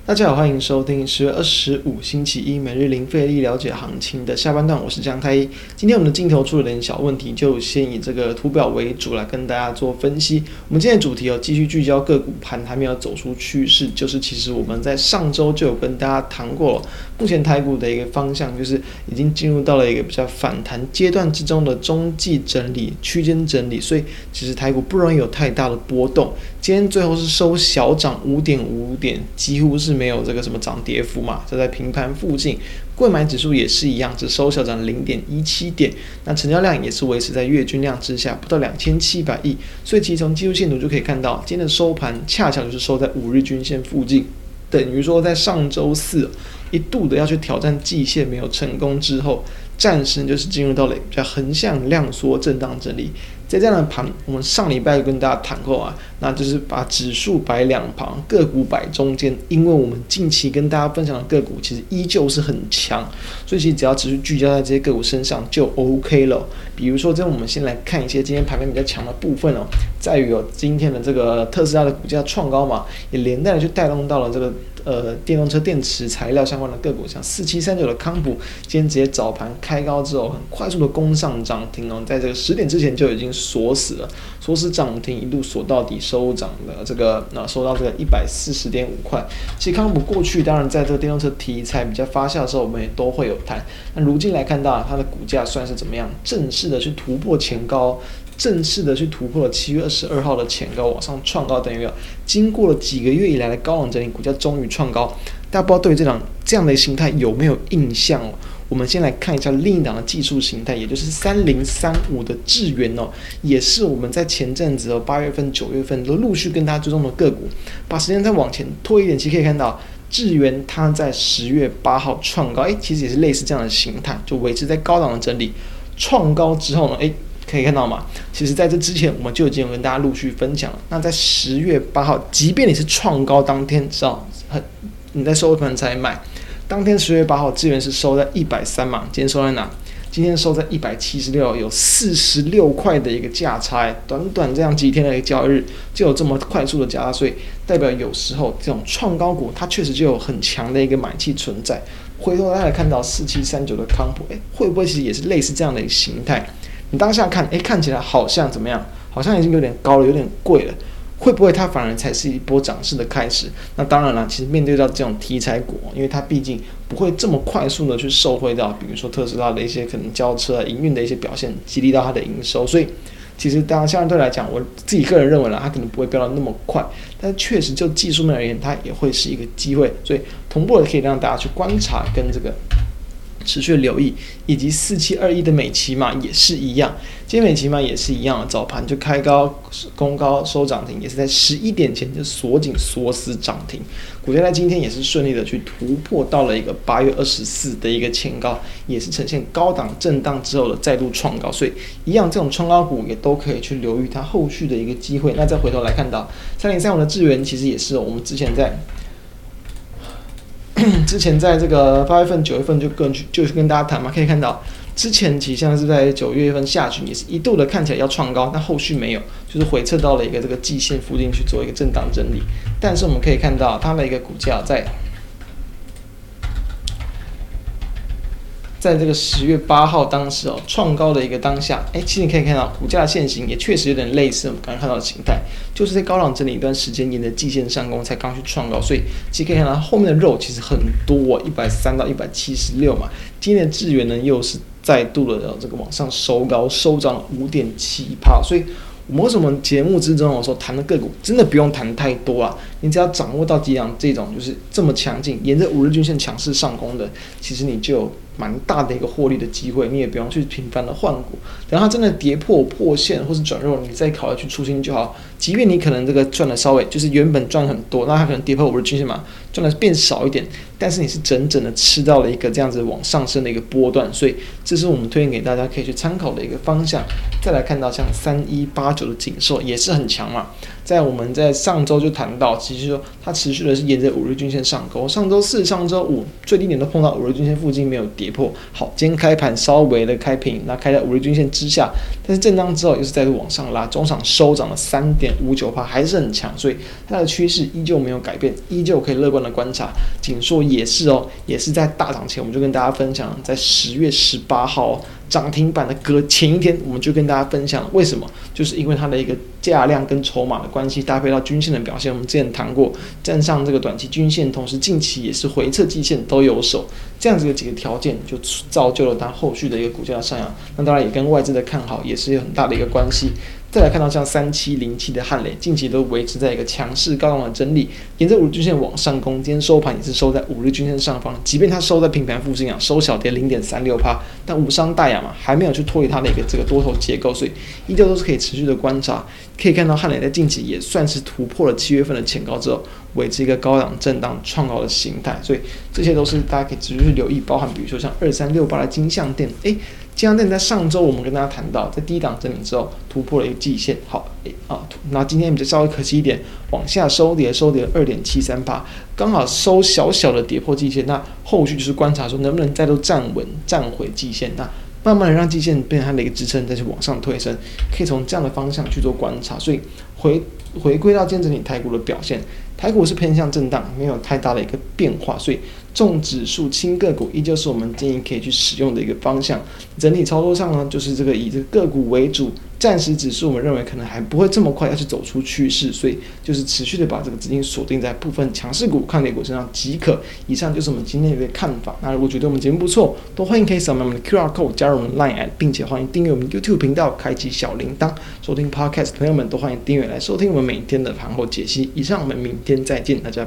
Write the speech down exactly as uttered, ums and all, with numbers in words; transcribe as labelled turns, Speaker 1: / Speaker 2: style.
Speaker 1: 大家好，欢迎收听十月二十五星期一每日零费力了解行情的下半段，我是江太一。今天我们的镜头出了点小问题，就先以这个图表为主来跟大家做分析。我们今天的主题哦，继续聚焦个股盘还没有走出趋势，就是其实我们在上周就有跟大家谈过了，目前台股的一个方向就是已经进入到了一个比较反弹阶段之中的中继整理、区间整理，所以其实台股不容易有太大的波动。今天最后是收小涨五点五点，几乎是没有这个什么涨跌幅嘛，就在平盘附近。柜买指数也是一样，只收小涨零点一七点，那成交量也是维持在月均量之下，不到两千七百亿。所以其实从技术线图就可以看到，今天的收盘恰巧就是收在五日均线附近，等于说在上周四一度的要去挑战季线没有成功之后，暂时就是进入到了比较横向量缩震荡整理。在这样的盘，我们上礼拜跟大家谈过啊，那就是把指数摆两旁，个股摆中间，因为我们近期跟大家分享的个股其实依旧是很强，所以其实只要持续聚焦在这些个股身上就 OK 了。比如说，这我们先来看一些今天盘面比较强的部分哦，在于有今天的这个特斯拉的股价创高嘛，也连带的去带动到了这个呃电动车电池材料相关的个股，像四七三九的康普，今天直接早盘开高之后，很快速的攻上涨停哦，在这个十点之前就已经锁死了，锁死涨停，一路锁到底收涨的这个呃收到这个一百四十点五块。其实康普过去当然在这个电动车题材比较发酵的时候，我们也都会有谈。那如今来看到它的股价算是怎么样，正式的去突破前高。正式的去突破了七月二十二号的前高，往上创高，等于经过了几个月以来的高档整理，股价终于创高。大家不知道对于这档这样的形态有没有印象哦？我们先来看一下另一档的技术形态，也就是三零三五的智原哦，也是我们在前阵子哦八月份、九月份都陆续跟大家追踪的个股。把时间再往前拖一点，其实可以看到智原它在十月八号创高，哎，其实也是类似这样的形态，就维持在高档的整理，创高之后呢，哎。可以看到嘛？其实在这之前，我们就已经有跟大家陆续分享了。那在十月八号，即便你是创高当天，知道很你在收盘才买，当天十月八号，智原是收在一百三嘛？今天收在哪？今天收在一百七十六，有四十六块的一个价差，短短这样几天的一个交易日，就有这么快速的价差，所以代表有时候这种创高股，它确实就有很强的一个买气存在。回头大家看到四七三九的康普，哎，会不会其实也是类似这样的一个形态？你当下看，哎，看起来好像怎么样？好像已经有点高了，有点贵了。会不会它反而才是一波涨势的开始？那当然了，其实面对到这种题材股，因为它毕竟不会这么快速的去受惠到，比如说特斯拉的一些可能交车、营运的一些表现，激励到它的营收。所以，其实当然相对来讲，我自己个人认为啦，它可能不会飙到那么快，但是确实就技术面而言，它也会是一个机会。所以，同步的可以让大家去观察跟这个。持续留意，以及四七二一的美骑马也是一样，今天美骑马也是一样，早盘就开高攻高收涨停，也是在十一点前就锁紧锁死涨停，股价在今天也是顺利的去突破到了一个八月二十四的一个前高，也是呈现高档震荡之后的再度创高，所以一样这种创高股也都可以去留意它后续的一个机会。那再回头来看到三零三五的智原，其实也是我们之前在。之前在这个八月份、九月份就跟就是跟大家谈嘛，可以看到之前其实像是在九月份下旬也是一度的看起来要创高，但后续没有，就是回撤到了一个这个季线附近去做一个震荡整理。但是我们可以看到它的一个股价在。在这个十月八号当时哦创高的一个当下，哎，其实你可以看到股价的线型也确实有点类似我们刚刚看到的形态，就是在高档整理一段时间，沿着季线上攻才刚去创高，所以其实可以看到后面的肉其实很多，一百三到一百七十六嘛。今天的智原呢又是再度的这个往上收高，收涨五点七趴，所以。我们为什么节目之中有时候谈的个股真的不用谈太多啊？你只要掌握到几档这种就是这么强劲，沿着五日均线强势上攻的，其实你就有蛮大的一个获利的机会，你也不用去频繁的换股。等它真的跌破破线或是转弱，你再考虑去出清就好。即便你可能这个赚的稍微就是原本赚很多，那它可能跌破五日均线嘛，赚的变少一点，但是你是整整的吃到了一个这样子往上升的一个波段，所以这是我们推荐给大家可以去参考的一个方向。再来看到像三一八九的景硕也是很强嘛，在我们在上周就谈到，其实说它持续的是沿着五日均线上钩，上周四、上周五最低点都碰到五日均线附近没有跌跌破。好，今天开盘稍微的开平，那开在五日均线之下，但是震荡之后又是再度往上拉，中场收涨了 百分之三点五九， 还是很强，所以它的趋势依旧没有改变，依旧可以乐观的观察。锦硕也是哦，也是在大涨前我们就跟大家分享，在十月十八号、哦、涨停板的隔前一天，我们就跟大家分享了为什么，就是因为它的一个价量跟筹码的关系，搭配到均线的表现，我们之前谈过，站上这个短期均线，同时近期也是回测季线都有手，这样子的几个条件就造就了它后续的一个股价的上扬。那当然也跟外资的看好也是有很大的一个关系。再来看到像三七零七的汉磊，近期都维持在一个强势高档的整理，沿着五日均线往上攻，今天收盘也是收在五日均线上方，即便它收在平盘附近啊，收小跌 零点三六%，但无伤大雅嘛，还没有去脱离它的一个这个多头结构，所以依旧都是可以持续的观察。可以看到汉磊在近期也算是突破了七月份的前高之后，维持一个高档震荡创高的形态，所以这些都是大家可以持续去留意，包含比如说像二三六八的金像电，诶金像电在上周我们跟大家谈到，在低档整理之后突破了一个季线，好，诶啊，那今天比较稍微可惜一点，往下收跌，收跌了 二点七三%，刚好收小小的跌破季线，那后续就是观察说能不能再度站稳，站回季线，那慢慢的让季线变成它的一个支撑，再去往上推升，可以从这样的方向去做观察。所以回回归到今天整体台股的表现，台股是偏向震荡，没有太大的一个变化，所以重指数轻个股依旧是我们建议可以去使用的一个方向。整体操作上呢，就是这个以这个个股为主，暂时指数我们认为可能还不会这么快要去走出趋势，所以就是持续的把这个资金锁定在部分强势股、抗跌股身上即可。以上就是我们今天的一个看法。那如果觉得我们节目不错，都欢迎可以扫描我们的 Q R code 加入我们的 Line， 并且欢迎订阅我们 YouTube 频道，开启小铃铛，收听 Podcast 朋友们都欢迎订阅来收听我们每天的盘后解析。以上，我们明天再见，大家